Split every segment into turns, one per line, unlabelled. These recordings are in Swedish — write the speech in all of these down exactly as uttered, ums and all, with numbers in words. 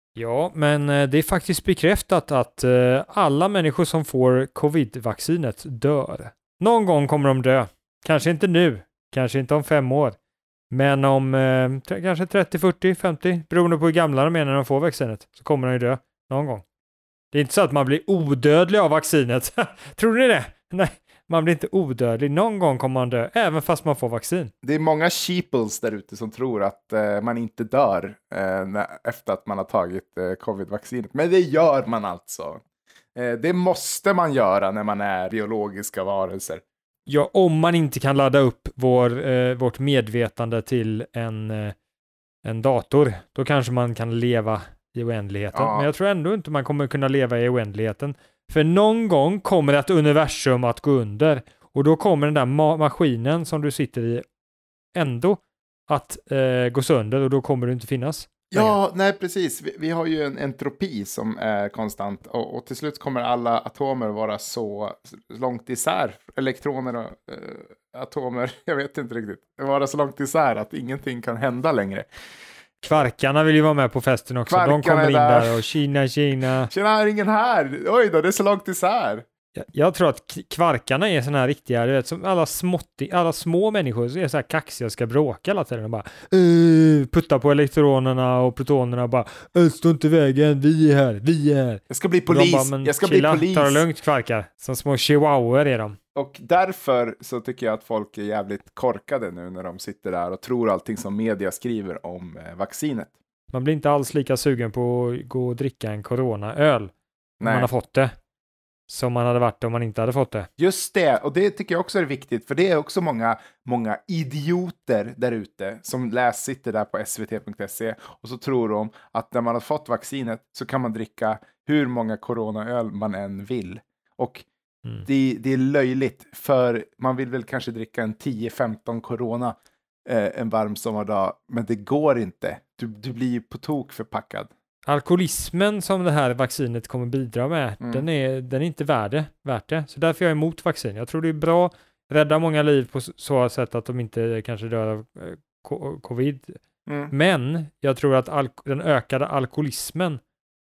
Ja, men eh, det är faktiskt bekräftat att eh, alla människor som får covid-vaccinet dör. Någon gång kommer de dö. Kanske inte nu, kanske inte om fem år. Men om eh, t- kanske trettio, fyrtio, femtio, beroende på hur gamla de är när de får vaccinet, så kommer de ju dö någon gång. Det är inte så att man blir odödlig av vaccinet. Tror ni det? Nej, man blir inte odödlig. Någon gång kommer man dö, även fast man får vaccin.
Det är många sheeples där ute som tror att eh, man inte dör eh, när, efter att man har tagit eh, covid-vaccinet. Men det gör man alltså. Eh, det måste man göra när man är biologiska varelser.
Ja, om man inte kan ladda upp vår, eh, vårt medvetande till en, eh, en dator, då kanske man kan leva i oändligheten.
Ja.
Men jag tror ändå inte man kommer kunna leva i oändligheten. För någon gång kommer ett universum att gå under. Och då kommer den där ma- maskinen som du sitter i ändå att eh, gå sönder och då kommer det inte finnas.
Ja, nej precis. Vi, vi har ju en entropi som är konstant och, och till slut kommer alla atomer vara så långt isär, elektroner och eh, atomer, jag vet inte riktigt, vara så långt isär att ingenting kan hända längre.
Kvarkarna vill ju vara med på festen också.
Kvarkarna
De kommer in
där.
där och Kina, Kina.
Tjena, är ingen här? Oj då, det är så långt isär.
Jag, jag tror att k- kvarkarna är såna här riktiga, du vet, som alla, småtti, alla små människor så är så här kaxiga och ska bråka hela tiden och bara uh, putta på elektronerna och protonerna och bara uh, stå inte i vägen, vi är här, vi är här.
Jag ska bli
Och de
polis,
bara, men
jag ska
chilla,
bli polis.
ta det lugnt kvarkar. Som små chihuahuor är de.
Och därför så tycker jag att folk är jävligt korkade nu när de sitter där och tror allting som media skriver om eh, vaccinet.
Man blir inte alls lika sugen på att gå och dricka en coronaöl om
Nej.
man har fått det. Som man hade varit om man inte hade fått det.
Just det, och det tycker jag också är viktigt, för det är också många, många idioter där ute som läs, sitter där på s v t punkt se och så tror de att när man har fått vaccinet så kan man dricka hur många coronaöl man än vill. Och
Mm.
det, det är löjligt, för man vill väl kanske dricka en tio femton corona eh, en varm sommardag, men det går inte. Du, du blir ju på tok förpackad.
Alkoholismen som det här vaccinet kommer bidra med,
Mm.
den, är, den är inte värd det, värt det. Så därför är jag emot vaccin. Jag tror det är bra, rädda många liv på så sätt att de inte kanske dör av eh, co- covid.
Mm.
Men jag tror att al- den ökade alkoholismen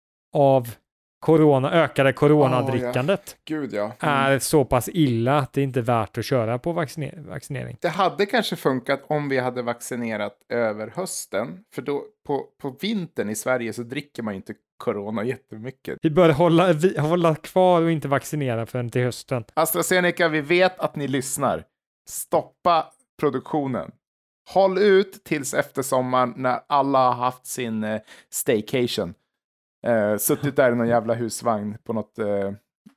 av corona, ökade coronadrickandet
Gud ja. Mm.
är så pass illa att det inte är värt att köra på vaccine- vaccinering.
Det hade kanske funkat om vi hade vaccinerat över hösten. För då på, på vintern i Sverige så dricker man ju inte corona jättemycket.
Vi bör hålla, vi, hålla kvar och inte vaccinera förrän till hösten.
AstraZeneca, vi vet att ni lyssnar. Stoppa produktionen. Håll ut tills efter sommaren när alla har haft sin eh, staycation. Eh, suttit där i någon jävla husvagn på något eh,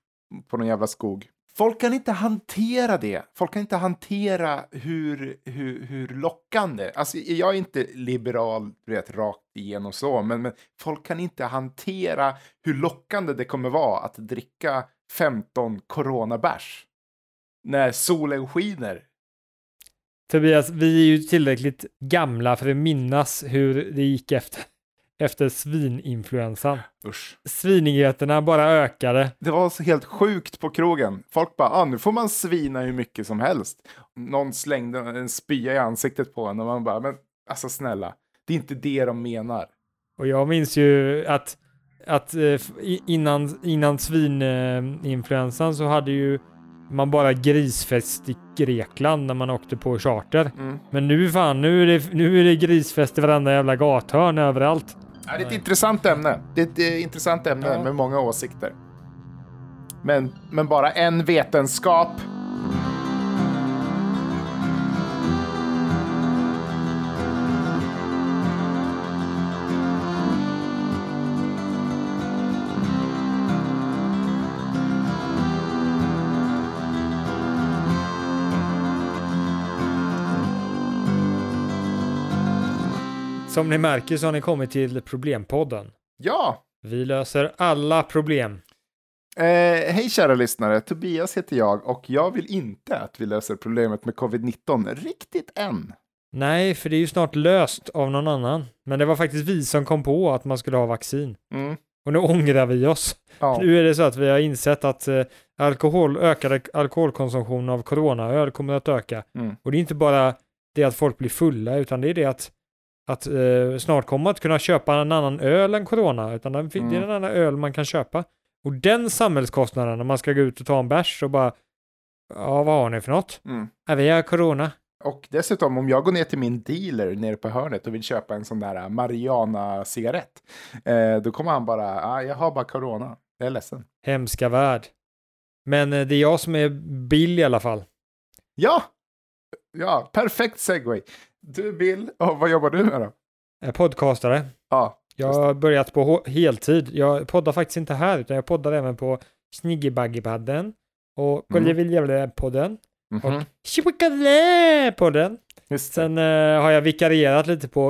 på någon jävla skog. Folk kan inte hantera det. Folk kan inte hantera hur, hur, hur lockande. Alltså jag är inte liberal, du vet, rakt igenom så. Men, men folk kan inte hantera hur lockande det kommer vara att dricka femton coronabärs. När solen skiner.
Tobias, vi är ju tillräckligt gamla för att minnas hur det gick efter, efter svininfluensan.
Usch.
Svinigheterna bara ökade.
Det var så helt sjukt på krogen. Folk bara, ah, nu får man svina hur mycket som helst. Någon slängde en spya i ansiktet på en och man bara, men alltså snälla, det är inte det de menar.
Och jag minns ju att, att eh, innan, innan svininfluensan så hade ju man bara grisfest i Grekland när man åkte på charter.
Mm.
Men nu fan, nu är, det, nu är det grisfest i varenda jävla gathörn överallt.
Ja, det är ett intressant ämne. Det är ett eh, intressant ämne
Ja.
med många åsikter. Men, men bara en vetenskap.
Som ni märker så har ni kommit till Problempodden.
Ja.
Vi löser alla problem.
Eh, hej kära lyssnare, Tobias heter jag och jag vill inte att vi löser problemet med covid nitton riktigt än.
Nej, för det är ju snart löst av någon annan. Men det var faktiskt vi som kom på att man skulle ha vaccin.
Mm.
Och nu ångrar vi oss.
Ja.
Nu är det så att vi har insett att eh, alkohol, ökade alkoholkonsumtion av coronaöl kommer att öka.
Mm.
Och det är inte bara det att folk blir fulla, utan det är det att att eh, snart kommer att kunna köpa en annan öl än corona, utan det är
Mm.
en annan öl man kan köpa. Och den samhällskostnaden när man ska gå ut och ta en bärs och bara, ja, vad har ni för något?
Mm.
Ja, vi har corona.
Och dessutom, om jag går ner till min dealer nere på hörnet och vill köpa en sån där Mariana-cigarett, eh, då kommer han bara, ah, jag har bara corona. Jag är ledsen.
Hemska värld. Men eh, det är jag som är Bill i alla fall.
Ja! Ja, perfekt segway. Du Bill, oh, vad jobbar du med då?
Jag är podcastare.
Ja,
Jag har börjat på ho- heltid. Jag poddar faktiskt inte här, utan jag poddar även på Sniggebaggebadden och
Mm.
Kolleviljavle-podden
mhm.
och Chipikale-podden.
Just det.
Sen eh, har jag vikarierat lite på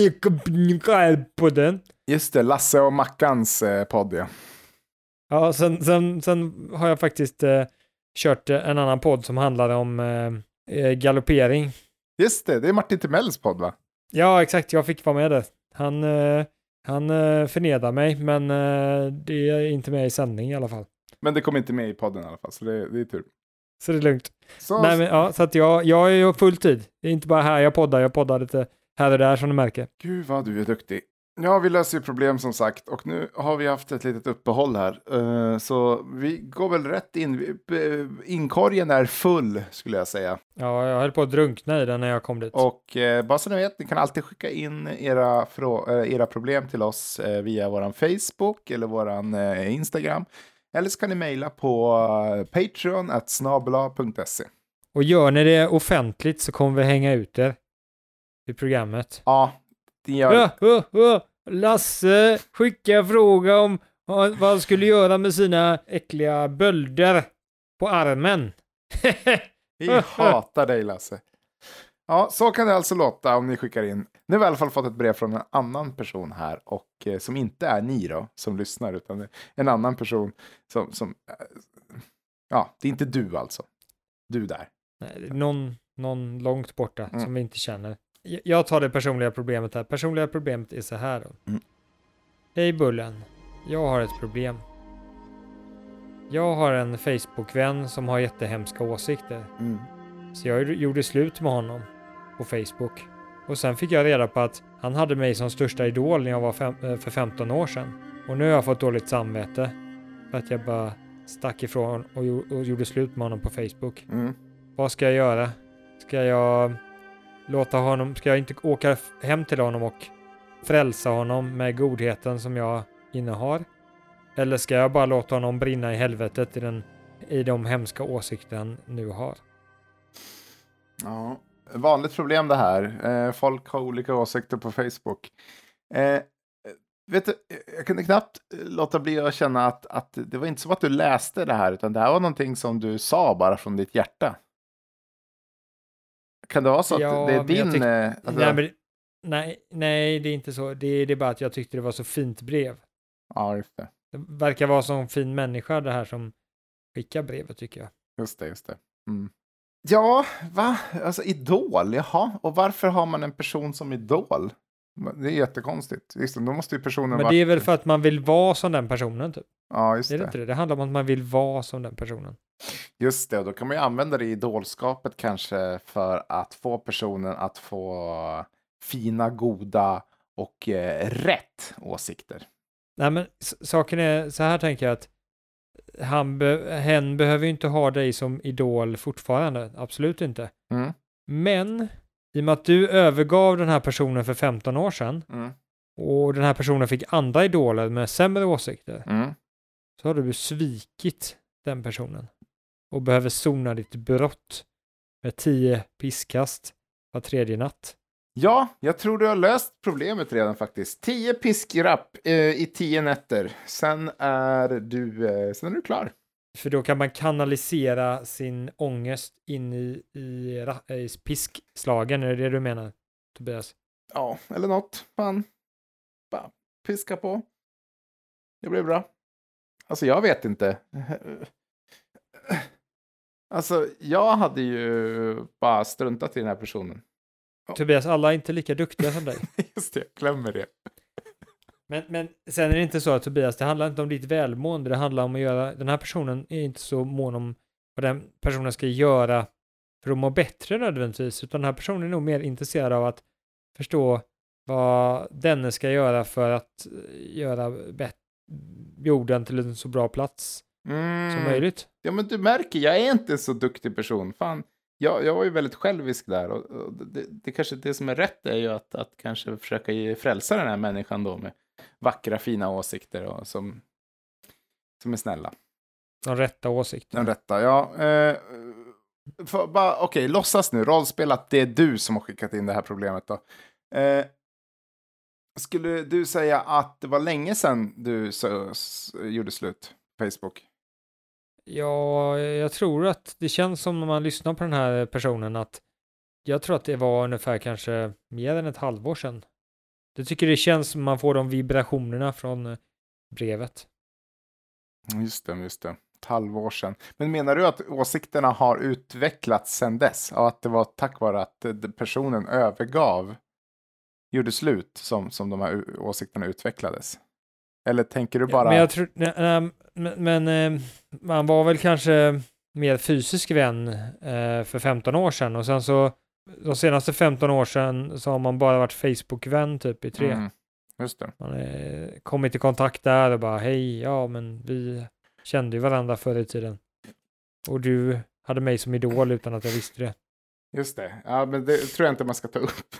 podden.
Just det, Lasse och Mackans eh, podd, ja.
Ja, sen, sen, sen har jag faktiskt eh, kört eh, en annan podd som handlar om eh, eh, galoppering.
Just det, det är Martin Timells podd, va?
Ja, exakt. Jag fick vara med där. Han, eh, han eh, förnedrar mig, men eh, det är inte med i sändning i alla fall.
Men det kom inte med i podden i alla fall, så det, det är tur.
Så det är lugnt.
Så,
Nej, men, ja, så att jag, jag är ju full tid. Det är inte bara här jag poddar. Jag poddar lite här och där som du märker.
Gud vad du är duktig. Ja, vi löser ju problem som sagt och nu har vi haft ett litet uppehåll här. Uh, så vi går väl rätt in. Vi- uh, Inkorgen är full skulle jag säga.
Ja, jag höll på att drunkna i den när jag kom dit.
Och uh, bara så ni vet, ni kan alltid skicka in era, frå- uh, era problem till oss uh, via våran Facebook eller våran uh, Instagram. Eller så kan ni mejla på uh, patreon at snabela punkt se.
Och gör ni det offentligt så kommer vi hänga ut er i programmet.
Ja, det gör...
Ja, ja, ja. Lasse skickade fråga om vad han skulle göra med sina äckliga bölder på armen.
Vi hatar dig Lasse. Ja, så kan det alltså låta om ni skickar in. Nu har vi i alla fall fått ett brev från en annan person här. Och eh, som inte är ni då, som lyssnar. Utan en annan person som... som eh, ja, det är inte du alltså. Du där.
Nej, det är någon, någon långt borta
Mm.
som vi inte känner. Jag- Jag tar det personliga problemet här. Personliga problemet är så här då.
Mm.
Hej Bullen. Jag har ett problem. Jag har en Facebook-vän som har jättehemska åsikter.
Mm.
Så jag gjorde slut med honom på Facebook. Och sen fick jag reda på att han hade mig som största idol när jag var fem, eh, för femton år sedan. Och nu har jag fått dåligt samvete. För att jag bara stack ifrån och, gjo- och gjorde slut med honom på Facebook.
Mm.
Vad ska jag göra? Ska jag låta honom, ska jag inte åka f- hem till honom och frälsa honom med godheten som jag innehar? Eller ska jag bara låta honom brinna i helvetet i, den, i de hemska åsikter han nu har?
Ja, vanligt problem det här. Eh, folk har olika åsikter på Facebook. Eh, vet du, jag kunde knappt låta bli att känna att, att det var inte som att du läste det här, utan det här var någonting som du sa bara från ditt hjärta. Kan det vara så att
Ja,
det är
men jag
din...
tyck-
eh, alltså,
nej, men, nej, nej, det är inte så. Det är, det är bara att jag tyckte det var så fint brev.
Ja, just det.
Det verkar vara så en fin människa det här som skickar brevet tycker jag.
Just det, just det. Mm. Ja, va? Alltså idol, jaha. Och varför har man en person som idol? Det är jättekonstigt. Visst, då måste ju personen
Men
vara...
det är väl för att man vill vara som den personen typ.
Ja, just
Det är det
det.
inte det. Det handlar om att man vill vara som den personen.
Just det, och då kan man ju använda det i idolskapet kanske för att få personen att få fina, goda och eh, rätt åsikter.
Nej men s- saken är, så här tänker jag att han be- hen behöver ju inte ha dig som idol fortfarande. Absolut inte.
Mm.
Men i och med att du övergav den här personen för femton år sedan
Mm.
och den här personen fick andra idoler med sämre åsikter
Mm.
så har du svikit den personen och behöver sona ditt brott med tio piskkast var tredje natt.
Ja, jag tror du har löst problemet redan faktiskt. Tio piskrapp eh, i tio nätter. Sen är du, eh, sen är du klar.
För då kan man kanalisera sin ångest in i, i, ra- i piskslagen. Är det det du menar, Tobias?
Ja, eller något. Fan. Bara piska på. Det blir bra. Alltså, jag vet inte. Alltså, jag hade ju bara struntat i den här personen.
Tobias, alla är inte lika duktiga som dig.
Just det, jag glömmer det.
Men, men sen är det inte så att Tobias, det handlar inte om ditt välmående. Det handlar om att göra, den här personen är inte så mån om vad den personen ska göra för att må bättre nödvändigtvis. Utan den här personen är nog mer intresserad av att förstå vad denne ska göra för att göra bet- jorden till en så bra plats
Mm.
som möjligt.
Ja, men du märker, jag är inte en så duktig person. Fan, jag, jag var ju väldigt självisk där. Och, och det, det kanske det som är rätt är ju att, att kanske försöka ge, frälsa den här människan då med vackra, fina åsikter och som, som är snälla.
De rätta åsikterna.
Den rätta, ja. Eh, för, bara, okej, låtsas nu, rollspel att det är du som har skickat in det här problemet då. Eh, skulle du säga att det var länge sedan du så, s, gjorde slut på Facebook?
Ja, jag tror att det känns som när man lyssnar på den här personen att jag tror att det var ungefär kanske mer än ett halvår sedan. Jag tycker det känns som man får de vibrationerna från brevet.
Just det, just det. Ett halvår sedan. Men menar du att åsikterna har utvecklats sedan dess? Och att det var tack vare att personen övergav, gjorde slut, som, som de här åsikterna utvecklades? Eller tänker du bara...
Ja, men jag tror... Nej, nej, men, men man var väl kanske mer fysisk vän eh, för femton år sedan. Och sen så de senaste femton år sedan så har man bara varit Facebook-vän typ i tre.
Mm, just det.
Man har kommit i kontakt där och bara hej, ja men vi kände ju varandra förr i tiden. Och du hade mig som idol utan att jag visste det.
Just det. Ja, men det tror jag inte man ska ta upp.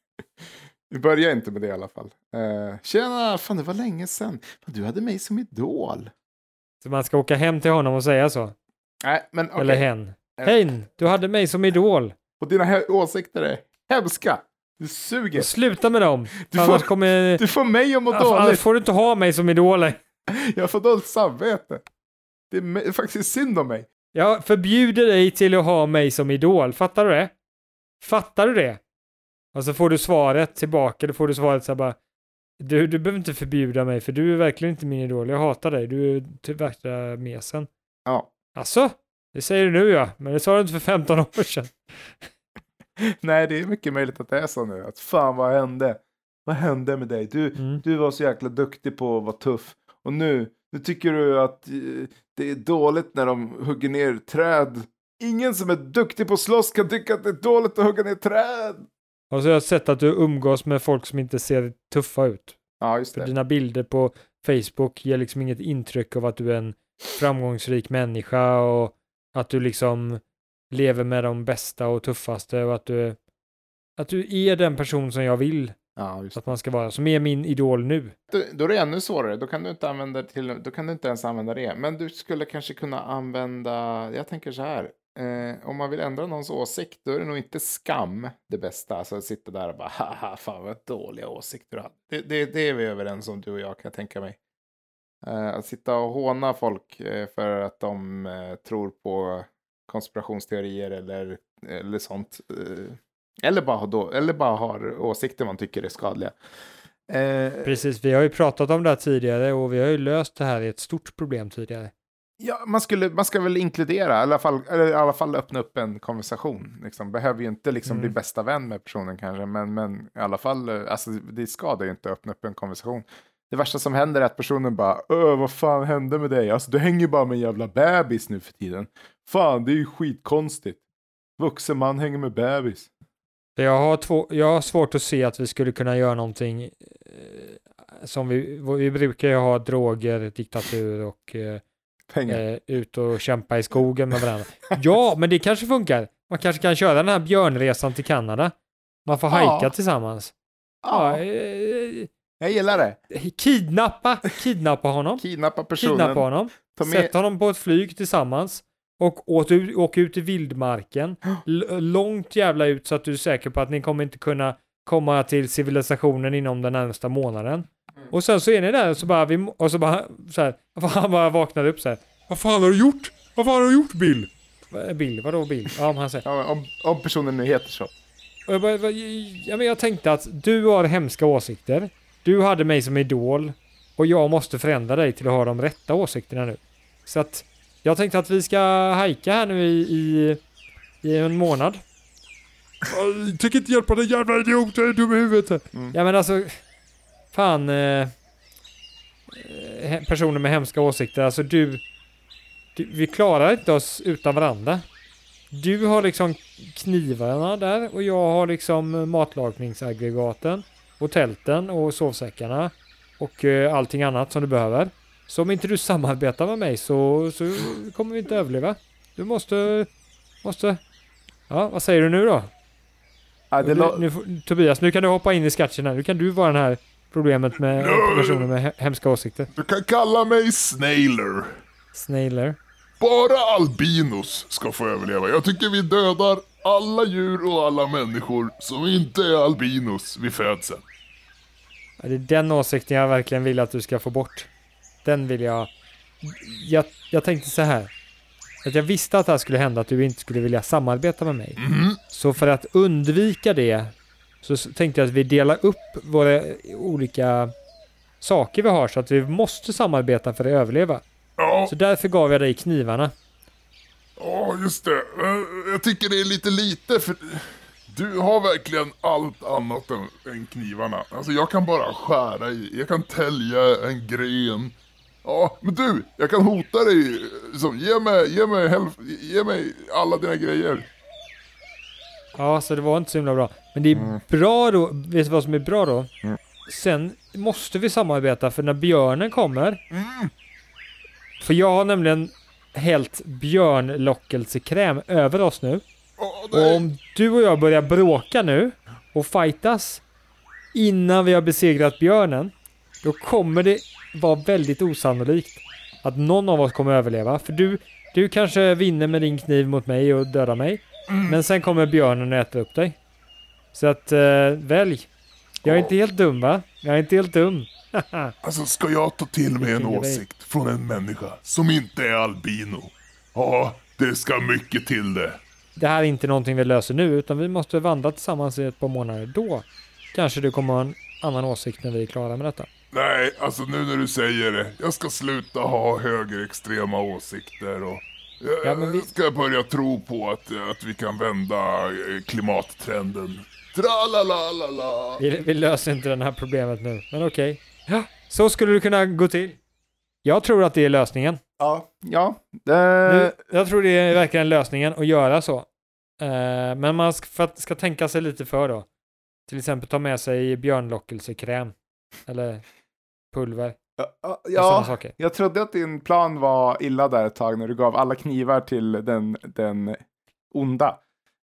Vi börjar inte med det i alla fall. Uh, tjena, fan det var länge sedan. Du hade mig som idol.
Så man ska åka hem till honom och säga så?
Nej, men okej. Okay.
Eller hen. Hen, du hade mig som idol.
Och dina he- åsikter är hemska. Du suger.
Sluta med dem.
Du får, kommer... du får mig att må dåligt.
Annars får du inte ha mig som idol.
Jag får dåligt samvete. Det är faktiskt synd om mig.
Jag förbjuder dig till att ha mig som idol. Fattar du det? Fattar du det? Och så får du svaret tillbaka. Då får du svaret så här bara. Du, du behöver inte förbjuda mig. För du är verkligen inte min idol. Jag hatar dig. Du är typ värsta mesen.
Ja.
Alltså? Det säger du nu ja. Men det sa du inte för femton år sedan.
Nej, det är mycket möjligt att det är så nu. Att fan, vad hände? Vad hände med dig? Du, mm. du var så jäkla duktig på att vara tuff. Och nu, nu tycker du att uh, det är dåligt när de hugger ner träd. Ingen som är duktig på att slåss kan tycka att det är dåligt att hugga ner träd.
Och så har jag sett att du umgås med folk som inte ser tuffa ut.
Ja, just det.
För dina bilder på Facebook ger liksom inget intryck av att du är en framgångsrik människa och att du liksom lever med de bästa och tuffaste och att du, att du är den person som jag vill
ja, just
att man ska vara, som är min idol nu.
Då, då är det ännu svårare, då kan du inte använda till, då kan du inte ens använda det. Men du skulle kanske kunna använda, jag tänker så här, eh, om man vill ändra någons åsikt, då är det nog inte skam det bästa. Alltså att sitta där och bara, haha, fan vad dåliga åsikter du har. Det, det, det är vi överens om, du och jag, kan jag tänka mig. Eh, att sitta och håna folk eh, för att de eh, tror på konspirationsteorier eller, eller sånt. Eh, eller, bara då, eller bara har åsikter man tycker är skadliga. Eh,
Precis, vi har ju pratat om det här tidigare och vi har ju löst det här i ett stort problem tidigare.
Ja, man, skulle, man ska väl inkludera, i alla fall, eller i alla fall öppna upp en konversation. Liksom. Behöver ju inte liksom mm. bli bästa vän med personen kanske, men, men i alla fall, alltså, det skadar ju inte att öppna upp en konversation. Det värsta som händer är att personen bara, öh, vad fan hände med dig? Alltså, du hänger ju bara med en jävla bebis nu för tiden. Fan, det är ju skitkonstigt. Vuxen man hänger med bebis.
Jag har, två, jag har svårt att se att vi skulle kunna göra någonting eh, som vi, vi brukar ju ha droger, diktatur och eh, eh, ut och kämpa i skogen med varandra. Ja, men det kanske funkar. Man kanske kan köra den här björnresan till Kanada. Man får ja. hajka tillsammans.
Ja, ja eh, jag gillar det.
Kidnappa, kidnappa honom.
Kidnappa personen.
Kidnappa honom. Med... Sätt honom på ett flyg tillsammans. Och åka ut, åka ut i vildmarken. L- långt jävla ut så att du är säker på att ni kommer inte kunna komma till civilisationen inom den närmsta månaden. Mm. Och sen så är ni där och så bara, vi, och så bara så här, han bara vaknar upp så här. Vad fan har du gjort? Vad fan har du gjort, Bill? Bill, vadå Bill? Ja, han säger.
Ja, om, om personen nu heter så.
Och jag, bara, ja, men jag tänkte att du har hemska åsikter. Du hade mig som idol. Och jag måste förändra dig till att ha de rätta åsikterna nu. Så att jag tänkte att vi ska hajka här nu i, i, i en månad. Jag tycker inte hjälpa dig, jävla idiot, du är dum i huvudet. Mm. Ja men alltså, fan, eh, personer med hemska åsikter, alltså du, du, vi klarar inte oss utan varandra. Du har liksom knivarna där och jag har liksom matlagningsaggregaten. och tälten och sovsäckarna och eh, allting annat som du behöver. Så om inte du samarbetar med mig så, så kommer vi inte överleva. Du måste, måste... Ja, vad säger du nu då?
Ja, det
nu,
lo-
nu, Tobias, nu kan du hoppa in i sketchen här. Nu kan du vara den här problemet med personer med he- hemska åsikter.
Du kan kalla mig Snailer.
Snailer.
Bara albinos ska få överleva. Jag tycker vi dödar alla djur och alla människor som inte är albinos vid födseln.
Ja, det är den åsikten jag verkligen vill att du ska få bort. Den vill jag... Jag, jag tänkte så här. Att jag visste att det här skulle hända, att du inte skulle vilja samarbeta med mig.
Mm.
Så för att undvika det så s- tänkte jag att vi delar upp våra olika saker vi har så att vi måste samarbeta för att överleva.
Ja,
Så därför gav jag dig knivarna.
ja, just det. Eh, Jag tycker det är lite lite för... Du har verkligen allt annat än, än knivarna. Alltså jag kan bara skära i, jag kan tälja en gren. Ja, men du, jag kan hota dig. Så, ge mig, ge mig, hälf, ge mig alla dina grejer.
Ja, så det var inte så himla bra. Men det är
Mm.
bra då. Vet du vad som är bra då?
Mm.
Sen måste vi samarbeta för när björnen kommer.
Mm.
För jag har nämligen hällt björnlockelsekräm över oss nu.
Ja,
Och
nej.
om du och jag börjar bråka nu och fightas innan vi har besegrat björnen, då kommer det vara väldigt osannolikt att någon av oss kommer överleva. För du, du kanske vinner med din kniv mot mig och dödar mig. Men sen kommer björnen och äter upp dig. Så att, eh, välj. Jag är inte helt dum, va? Jag är inte helt dum.
Alltså ska jag ta till mig en
Till dig.
åsikt från en människa som inte är albino? Ja, det ska mycket till det.
Det här är inte någonting vi löser nu, utan vi måste vandra tillsammans i ett par månader. Då kanske du kommer ha en annan åsikt när vi är klara med detta.
Nej, alltså nu när du säger det. Jag ska sluta ha högerextrema åsikter och jag
Ja, men vi-
ska börja tro på att, att vi kan vända eh, klimattrenden. Tralalalala.
Vi, vi löser inte det här problemet nu, men okej. Ja, så skulle det kunna gå till. Jag tror att det är lösningen.
Ja, ja.
Nu,
Det,
jag tror det är verkligen lösningen att göra så. Eh, men man ska, för att, ska tänka sig lite för då. Till exempel ta med sig björnlockelsekräm. Eller pulver.
ja,
Och sådana
ja,
saker.
jag trodde att din plan var illa där ett tag när du gav alla knivar till den, den onda.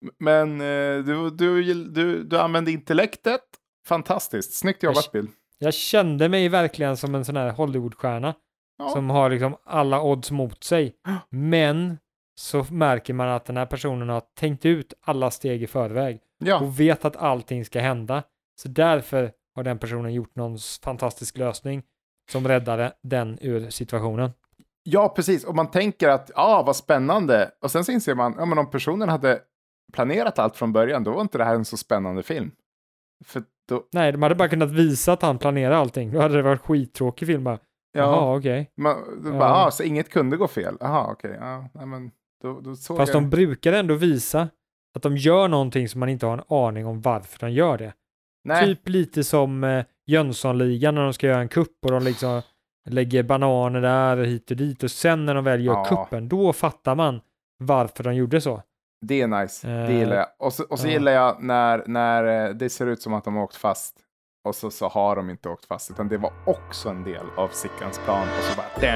Men eh, du, du, du, du använde intellektet. Fantastiskt. Snyggt jobbat, Bill.
Jag kände mig verkligen som en sån här Hollywoodstjärna.
Ja.
Som har liksom alla odds mot sig. Men så märker man att den här personen har tänkt ut alla steg i förväg.
Ja,
Och vet att allting ska hända. Så därför har den personen gjort någon fantastisk lösning som räddade den ur situationen.
ja, precis. Och man tänker att, ja, vad spännande. Och sen så inser man, ja, men om personen hade planerat allt från början, då var inte det här en så spännande film. För då,
Nej, de hade bara kunnat visa att han planerar allting. Då hade det varit skittråkig film bara.
ja,
Jaha, okej.
man, då
Ja.
bara, ah, så inget kunde gå fel. Jaha, okej, ja, nej, men då, då såg
Fast
jag.
de brukar ändå visa att de gör någonting som man inte har en aning om varför de gör det.
Nej,
Typ lite som eh, Jönssonligan när de ska göra en kupp och de liksom lägger bananer där och hit och dit. Och sen när de väl gör
Ja.
kuppen, då fattar man varför de gjorde så.
det är nice.
Eh,
Det gillar jag. Och så, och så
ja.
gillar jag när, när eh, det ser ut som att de har åkt fast. Och så, så har de inte åkt fast, utan det var också en del av Sickans plan. Och så bara...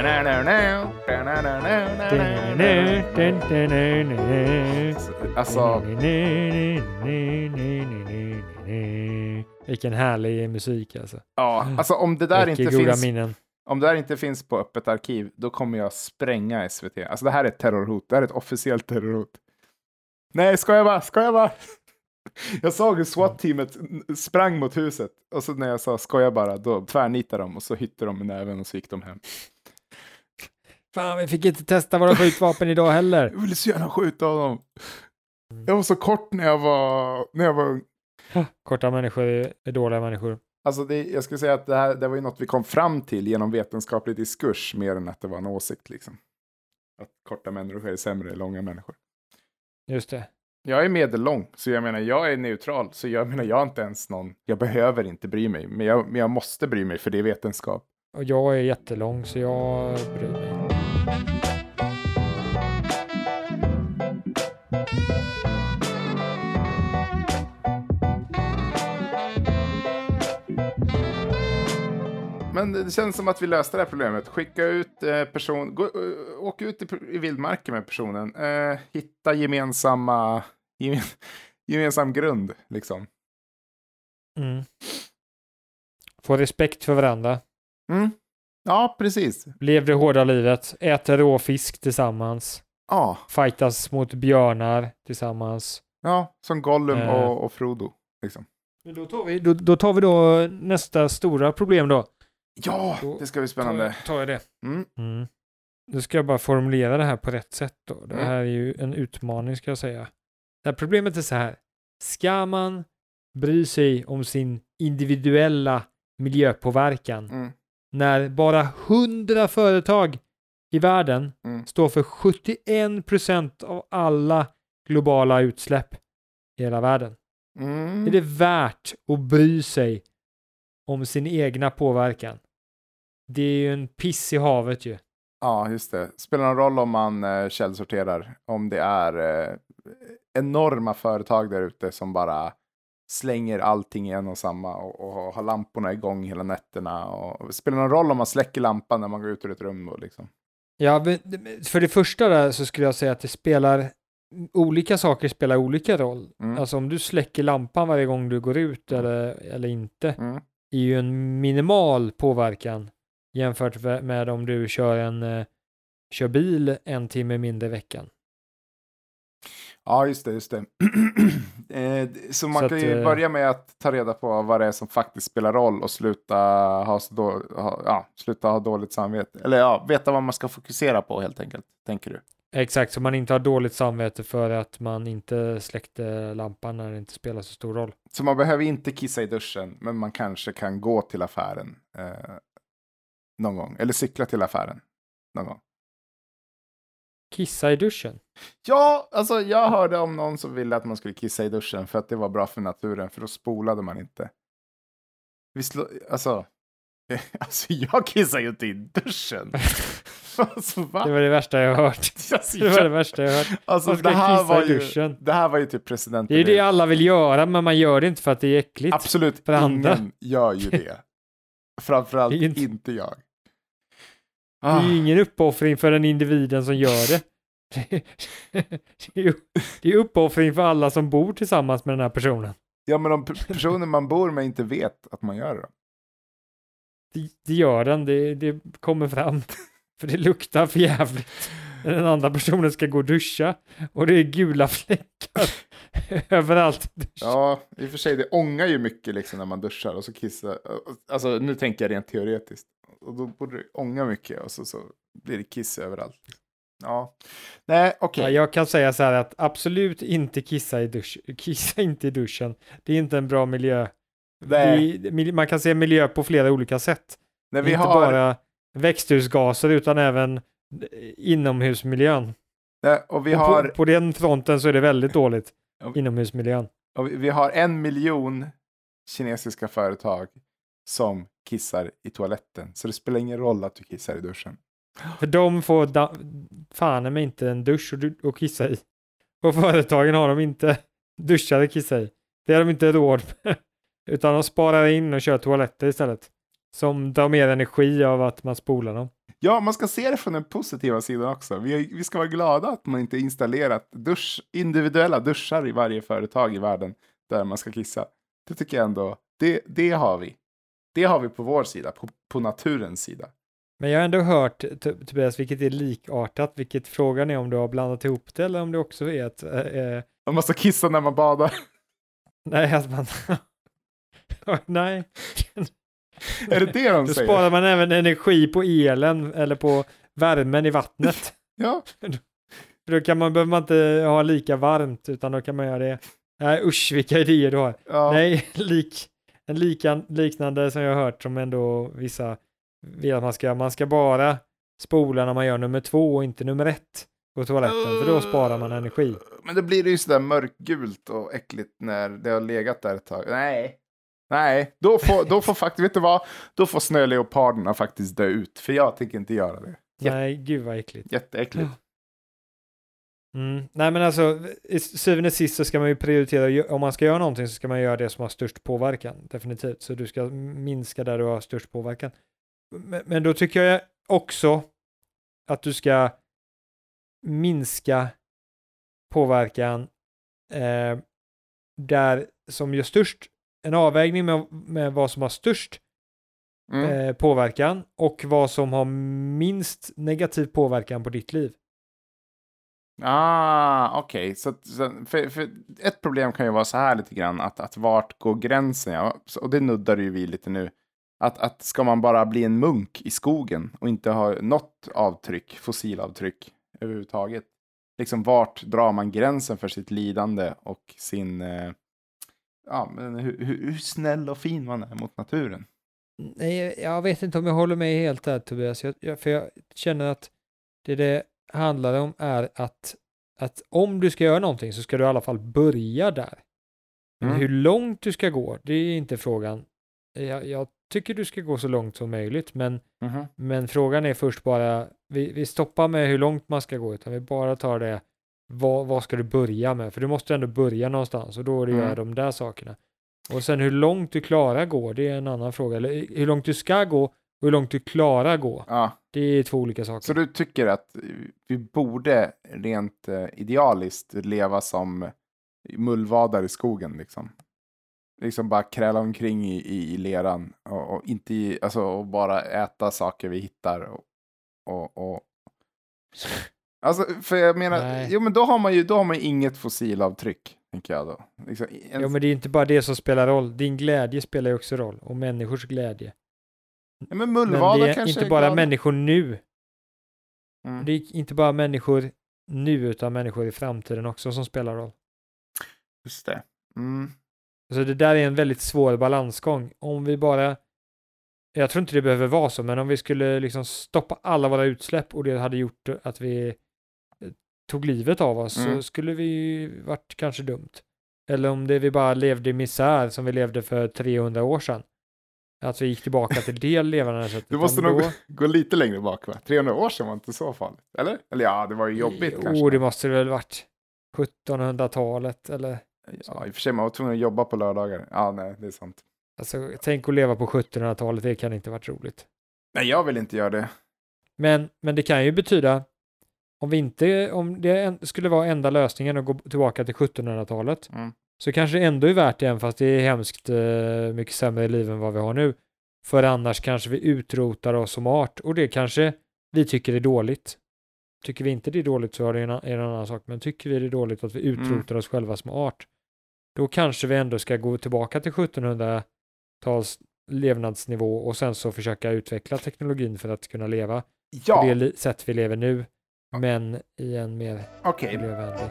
Alltså,
Vilken härlig musik alltså.
ja, alltså om det där
Mycket
inte
goda
finns...
minnen.
Om det här inte finns på öppet arkiv, då kommer jag spränga S V T. Alltså det här är ett terrorhot. Det här är ett officiellt terrorhot. Nej, ska jag bara, ska jag bara. Jag såg hur SWAT-teamet sprang mot huset. Och så när jag sa skoja bara, då tvärnitade de och så hytte de med näven och så gick de hem.
Fan, vi fick inte testa våra skjutvapen idag heller.
Jag ville så gärna skjuta honom. Jag var så kort när jag var, när jag var ung.
Korta människor är dåliga människor.
Alltså det, jag skulle säga att det här det var ju något vi kom fram till genom vetenskaplig diskurs mer än att det var en åsikt liksom. Att korta människor är sämre än långa människor.
Just det.
Jag är medellång, så jag menar jag är neutral. Så jag menar jag är inte ens någon, jag behöver inte bry mig. Men jag, men jag måste bry mig för det är vetenskap.
Och jag är jättelång så jag bryr mig.
men det känns som att vi löste det här problemet. Skicka ut eh, person, gå, uh, åk ut i, i vildmarken med personen. Eh, hitta gemensamma, gemen, gemensam grund, liksom.
Mm. Få respekt för varandra.
Mm. Ja, precis.
Lev det hårda livet. Äta råfisk tillsammans.
Ja.
Fightas mot björnar tillsammans.
Ja, som Gollum
Eh.
och, och Frodo, liksom.
Men då tar vi då, då tar vi då nästa stora problem då.
Ja, det ska bli spännande.
Tar, tar jag det.
Mm.
Mm. Nu ska jag bara formulera det här på rätt sätt då. Det
Mm.
här är ju en utmaning ska jag säga. Det här problemet är så här. Ska man bry sig om sin individuella miljöpåverkan
Mm.
när bara hundra företag i världen
Mm.
står för sjuttioen procent av alla globala utsläpp i hela världen?
Mm.
Är det värt att bry sig om sin egna påverkan? Det är ju en piss i havet ju.
Ja, just det. Spelar någon roll om man eh, källsorterar. Om det är eh, enorma företag där ute som bara slänger allting i en och samma och, och har lamporna igång hela nätterna. Och, spelar någon roll om man släcker lampan när man går ut ur ett rum då, liksom?
Ja, för det första där så skulle jag säga att det spelar olika saker spelar olika roll.
Mm.
Alltså om du släcker lampan varje gång du går ut eller, eller inte
Mm.
är ju en minimal påverkan jämfört med om du kör en eh, kör bil en timme mindre i veckan.
Ja, just det, just det. eh, så man
Så
kan
att,
ju
eh,
börja med att ta reda på vad det är som faktiskt spelar roll och sluta ha, så då, ha, ja, sluta ha dåligt samvete. Eller ja, veta vad man ska fokusera på helt enkelt, tänker du?
Exakt, så man inte har dåligt samvete för att man inte släckte lampan när det inte spelar så stor roll.
Så man behöver inte kissa i duschen, men man kanske kan gå till affären eh, någon gång. Eller cykla till affären någon gång.
Kissa i duschen?
Ja, alltså jag hörde om någon som ville att man skulle kissa i duschen för att det var bra för naturen, för då spolade man inte. Visst, alltså, alltså jag kissar ju inte i duschen. Alltså, va?
Det var det värsta jag har hört.
Alltså,
Det var det värsta jag har hört.
Alltså,
Man ska
det, här
kissa
var
i
ju,
duschen.
det här var ju typ presidenten.
Det är ju det alla vill göra, men man gör det inte för att det är äckligt.
Absolut
för andra.
ingen gör ju det. Framförallt
Det är inte-
inte jag.
Det är ju ingen uppoffring för den individen som gör det. Det är ju det är uppoffring för alla som bor tillsammans med den här personen.
Ja, men om p- personen man bor med inte vet att man gör det.
Det, det gör den, det, det kommer fram. För det luktar för jävligt. Den andra personen ska gå och duscha. Och det är gula fläckar överallt.
Ja, i och för sig, det ångar ju mycket liksom när man duschar och så kissar. Alltså, nu tänker jag rent teoretiskt. Och då borde det ånga mycket och så, så blir det kiss överallt. Ja, nej, okej.
Ja, jag kan säga så här att absolut inte kissa i, dusch, kissa inte i duschen. Det är inte en bra miljö.
Nej.
Det är, man kan se miljö på flera olika sätt.
När vi
inte
har...
bara växthusgaser utan även inomhusmiljön.
Nej, och vi
Och
har...
på, på den fronten så är det väldigt dåligt.
Ja.
Inomhusmiljön.
Och vi- vi har en miljon kinesiska företag som kissar i toaletten. Så det spelar ingen roll att du kissar i duschen.
För de får da- fan med inte en dusch och, du- och kissa i. Och företagen har de inte duschar och kissa i. Det har de inte råd med. Utan de sparar in och kör toaletter istället. Som drar mer energi av att man spolar dem.
Ja, man ska se det från den positiva sidan också. Vi, vi ska vara glada att man inte installerat dusch, individuella duschar i varje företag i världen där man ska kissa. Det tycker jag ändå, det, det har vi. Det har vi på vår sida, på, på naturens sida.
Men jag har ändå hört, T- Tobias, vilket är likartat. Vilket frågan är om du har blandat ihop det eller om det också är att... Eh,
Man måste kissa när man badar.
nej, att man... nej.
Är det det de
Då
säger?
sparar man även energi på elen eller på värmen i vattnet.
Ja.
För då kan man, behöver man inte ha lika varmt utan då kan man göra det. Nej, usch vilka idéer du har.
Ja.
Nej, lik, en lika, liknande som jag har hört som ändå vissa vill att man ska göra. Man ska bara spola när man gör nummer två och inte nummer ett på toaletten. För då sparar man energi.
Men då blir det ju sådär mörkgult och äckligt när det har legat där ett tag. Nej. Nej, då får, då får faktiskt, vet du vad? Då får snöleoparderna faktiskt dö ut. För jag tänker inte göra det. Jätte,
Nej, gud vad äckligt.
jätteäckligt.
Mm. Nej men alltså, i syvende och sist så ska man ju prioritera, om man ska göra någonting så ska man göra det som har störst påverkan, definitivt. Så du ska minska där du har störst påverkan. men, men då tycker jag också att du ska minska påverkan eh, där som gör störst, en avvägning med, med vad som har störst
Mm.
eh, påverkan och vad som har minst negativ påverkan på ditt liv.
Ah, okej. Okay. Så, så för, för ett problem kan ju vara så här lite grann, att, att vart går gränsen? Ja? Så, och det nuddar ju vi lite nu. Att, att ska man bara bli en munk i skogen och inte ha något avtryck, fossilavtryck överhuvudtaget? Liksom vart drar man gränsen för sitt lidande och sin, eh, ja, men hur, hur, hur snäll och fin man är mot naturen?
Nej, jag vet inte om jag håller med helt där, Tobias. Jag, jag, för jag känner att det det handlar om är att, att om du ska göra någonting så ska du i alla fall börja där. Men
Mm.
hur långt du ska gå, det är inte frågan. Jag, jag tycker du ska gå så långt som möjligt, men,
Mm-hmm.
men frågan är först bara, vi, vi stoppar med hur långt man ska gå, utan vi bara tar det, vad, vad ska du börja med? För du måste ändå börja någonstans och då är det
Mm.
göra de där sakerna. Och sen hur långt du klarar gå, det är en annan fråga. Eller hur långt du ska gå och hur långt du klarar gå.
Ja.
Det är två olika saker.
Så du tycker att vi borde rent eh, idealiskt leva som mullvadar i skogen liksom? Liksom bara kräla omkring i, i, i leran och, och inte i, alltså, och bara äta saker vi hittar och, och, och... Alltså, för jag menar,
Nej.
jo men då har man ju, då har man ju inget fossilavtryck, tänker jag då. Liksom, en...
Ja, men det är inte bara det som spelar roll. Din glädje spelar ju också roll. Och människors glädje.
ja, men
Men
mullvadar
det är
kanske
inte
är
bara
glada.
människor nu.
Mm.
Det är inte bara människor nu utan människor i framtiden också som spelar roll.
Just det. Mm.
Så det där är en väldigt svår balansgång. Om vi bara, jag tror inte det behöver vara så, men om vi skulle liksom stoppa alla våra utsläpp och det hade gjort att vi eh, tog livet av oss
Mm.
så skulle vi ju varit kanske dumt. Eller om det vi bara levde i misär som vi levde för trehundra år sedan. Att vi gick tillbaka till det levande sättet.
Du måste
Om
nog
då-
gå, gå lite längre bak, va? trehundra år sedan var inte så farligt. Eller? Eller ja, det var ju jobbigt
jo,
kanske.
det måste det väl varit sjuttonhundratalet eller
Ja, i och för sig, man var tvungen att jobba på lördagar. Ja, nej, det är sant.
alltså tänk att leva på sjuttonhundratalet, det kan inte varit roligt.
Nej, jag vill inte göra det.
Men, men det kan ju betyda om vi inte, om det en, skulle vara enda lösningen att gå tillbaka till sjuttonhundratalet
Mm.
så kanske det ändå är värt det, även fast det är hemskt eh, mycket sämre i livet än vad vi har nu. För annars kanske vi utrotar oss som art och det kanske vi tycker är dåligt. Tycker vi inte det är dåligt så är det en, en annan sak, men tycker vi det är dåligt att vi utrotar
Mm.
oss själva som art, då kanske vi ändå ska gå tillbaka till sjuttonhundratals levnadsnivå och sen så försöka utveckla teknologin för att kunna leva
Ja,
på det li- sätt vi lever nu, men i en mer
okej.
miljövänlig.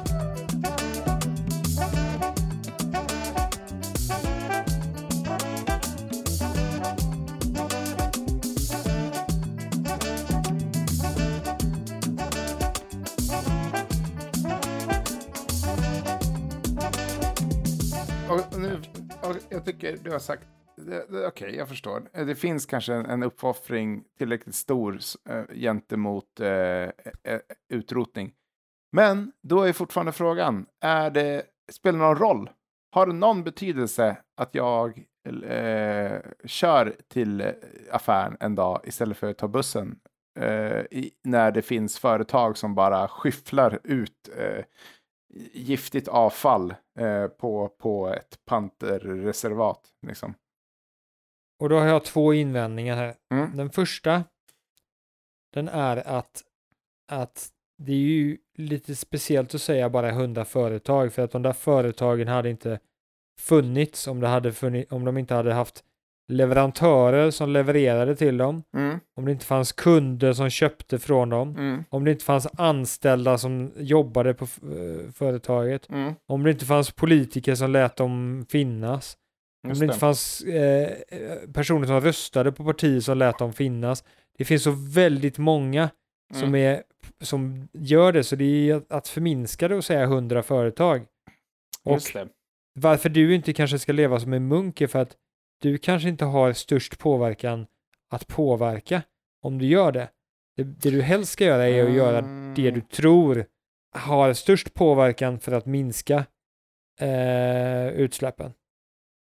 Och nu, och jag tycker du har sagt, det- det- okej, jag förstår. Det finns kanske en, en uppoffring tillräckligt stor äh, gentemot äh, äh, utrotning. Men då är fortfarande frågan, är det, spelar det någon roll? Har det någon betydelse att jag äh, kör till äh, affären en dag istället för att ta bussen? Äh, i, när det finns företag som bara skyfflar ut äh, giftigt avfall eh, på, på ett panterreservat. Liksom.
Och då har jag två invändningar här.
Mm.
Den första, den är att, att det är ju lite speciellt att säga bara hundra företag, för att de där företagen hade inte funnits om, det hade funnits, om de inte hade haft leverantörer som levererade till dem,
Mm.
om det inte fanns kunder som köpte från dem,
Mm.
om det inte fanns anställda som jobbade på eh, företaget,
Mm.
om det inte fanns politiker som lät dem finnas, om
Just
det inte
det.
fanns eh, personer som röstade på partier som lät dem finnas. Det finns så väldigt många som,
Mm.
är, som gör det, så det är att- att förminska det och säga hundra företag. Och
Just det.
varför du inte kanske ska leva som en munk är för att du kanske inte har störst påverkan att påverka om du gör det. Det, det du helst ska göra är att göra det du tror har störst påverkan för att minska eh, utsläppen.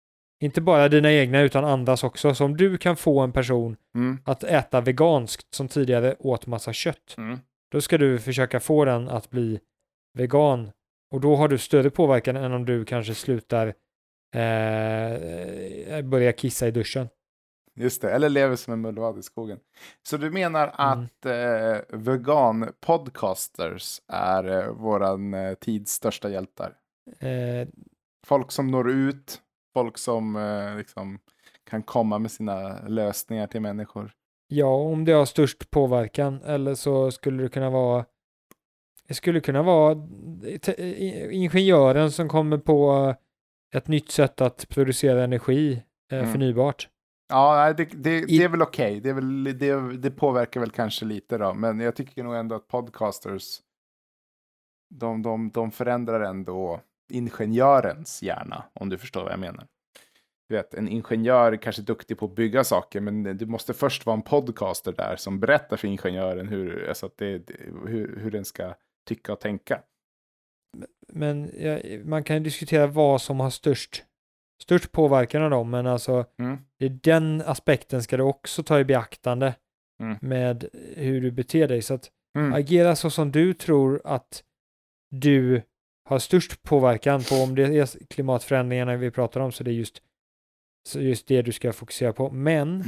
inte bara dina egna utan andras också. Så om du kan få en person
Mm.
att äta veganskt som tidigare åt massa kött,
Mm.
då ska du försöka få den att bli vegan. Och då har du större påverkan än om du kanske slutar eh, börja kissa i duschen.
Just det, eller lever som en mullvad i skogen. Så du menar
Mm.
att eh, vegan-podcasters är eh, våran eh, tids största hjältar?
Eh,
Folk som når ut, folk som eh, liksom kan komma med sina lösningar till människor.
ja, om det har störst påverkan, eller så skulle det kunna vara det skulle kunna vara te- i- ingenjören som kommer på ett nytt sätt att producera energi eh,
Mm.
förnybart.
Ja, nej, det, det,
I-
det är väl okej. Det, är väl, det, det påverkar väl kanske lite då. Men jag tycker nog ändå att podcasters, de, de, de förändrar ändå ingenjörens hjärna, om du förstår vad jag menar. Du vet, en ingenjör är kanske duktig på att bygga saker, men det måste först vara en podcaster där som berättar för ingenjören hur, alltså att det, hur, hur den ska tycka och tänka.
Men ja, man kan ju diskutera vad som har störst, störst påverkan av dem, men alltså
Mm.
det är den aspekten ska du också ta i beaktande
Mm.
med hur du beter dig. Så att
Mm.
agera så som du tror att du har störst påverkan på, om det är klimatförändringarna vi pratar om, så det är just, så just det du ska fokusera på. Men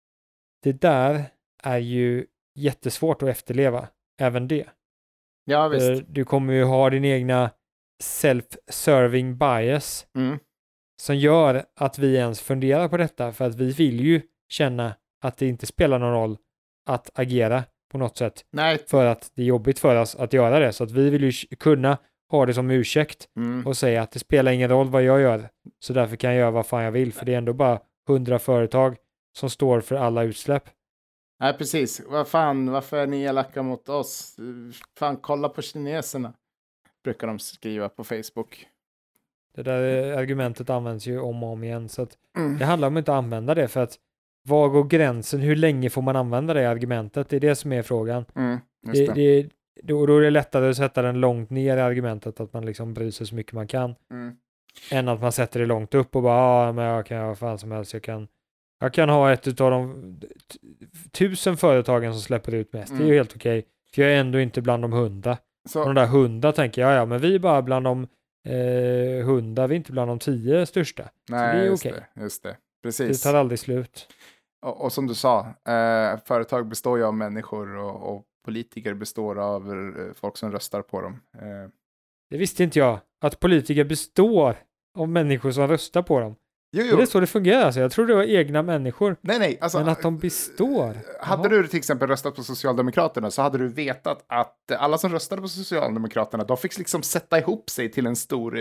det där är ju jättesvårt att efterleva, även det.
Ja, visst.
För du kommer ju ha din egna self-serving bias
Mm.
som gör att vi ens funderar på detta, för att vi vill ju känna att det inte spelar någon roll att agera på något sätt,
Nej.
för att det är jobbigt för oss att göra det. Så att vi vill ju kunna ha det som ursäkt
Mm.
och säga att det spelar ingen roll vad jag gör, så därför kan jag göra vad fan jag vill, för det är ändå bara hundra företag som står för alla utsläpp.
Nej, precis. Vad fan, varför är ni elaka mot oss? Fan, kolla på kineserna. Brukar de skriva på Facebook.
Det där argumentet används ju om och om igen, så att
Mm.
det handlar om att inte använda det, för att var går gränsen? Hur länge får man använda det argumentet? Det är det som är frågan.
Mm, just
Det,
det.
det, då, då är det lättare att sätta den långt ner i argumentet, att man liksom bryr sig så mycket man kan,
Mm.
än att man sätter det långt upp och bara, ja, men jag kan göra vad fan som helst. Jag kan, jag kan ha ett utav de t- tusen företagen som släpper ut mest. Det är ju
Mm.
helt okej, för jag är ändå inte bland de hundra.
Så,
Och de där hundra tänker jag, ja, men vi är bara bland de eh, hundra, vi är inte bland de tio största.
nej,
det är
just
okej.
det. Just det.
Det
Precis.
tar aldrig slut.
Och, och som du sa, eh, företag består ju av människor och, och politiker består av eh, folk som röstar på dem. Eh,
Det visste inte jag, att politiker består av människor som röstar på dem.
jo,
Är
jo.
det så det fungerar? Alltså, jag tror det var egna människor.
Nej, nej. Alltså,
Men att de består.
Hade
Jaha.
du till exempel röstat på Socialdemokraterna så hade du vetat att alla som röstade på Socialdemokraterna, de fick liksom sätta ihop sig till en stor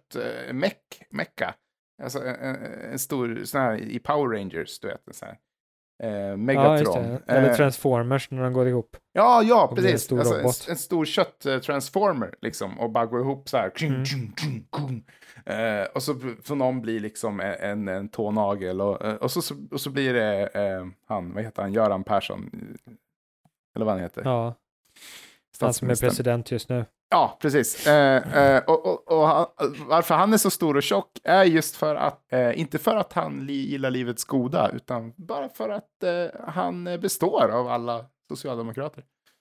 köttmecka. Alltså en, en stor sån här i Power Rangers, du vet. En sån här. Eh,
Ja, just
Megatron.
det. Eller
Eh,
Transformers när de går ihop.
Ja, ja,
Och blir en
precis.
stor
Alltså, en,
robot.
en stor kött-transformer liksom. Och bara går ihop så här.
Mm.
Eh, och så får någon bli liksom en, en, en tånagel. Och, eh, och, så, så, och så blir det eh, han, vad heter han, Göran Persson. Eller vad han heter.
Ja, han som är
Statsministern.
president just nu.
Ja, precis. Eh, eh, och och, och han, varför han är så stor och tjock är just för att, eh, inte för att han li, gillar livets goda, utan bara för att eh, han består av alla socialdemokrater.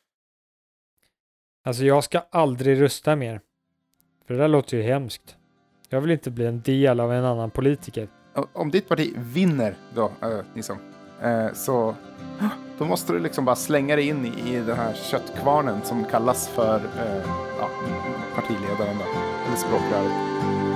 Alltså jag ska aldrig rösta mer. För det där låter ju hemskt. Jag vill inte bli en del av en annan politiker.
O- Om ditt parti vinner då, äh, liksom, eh, så då måste du liksom bara slänga dig in i, i den här köttkvarnen som kallas för eh, ja, partiledaren då, eller språkröret.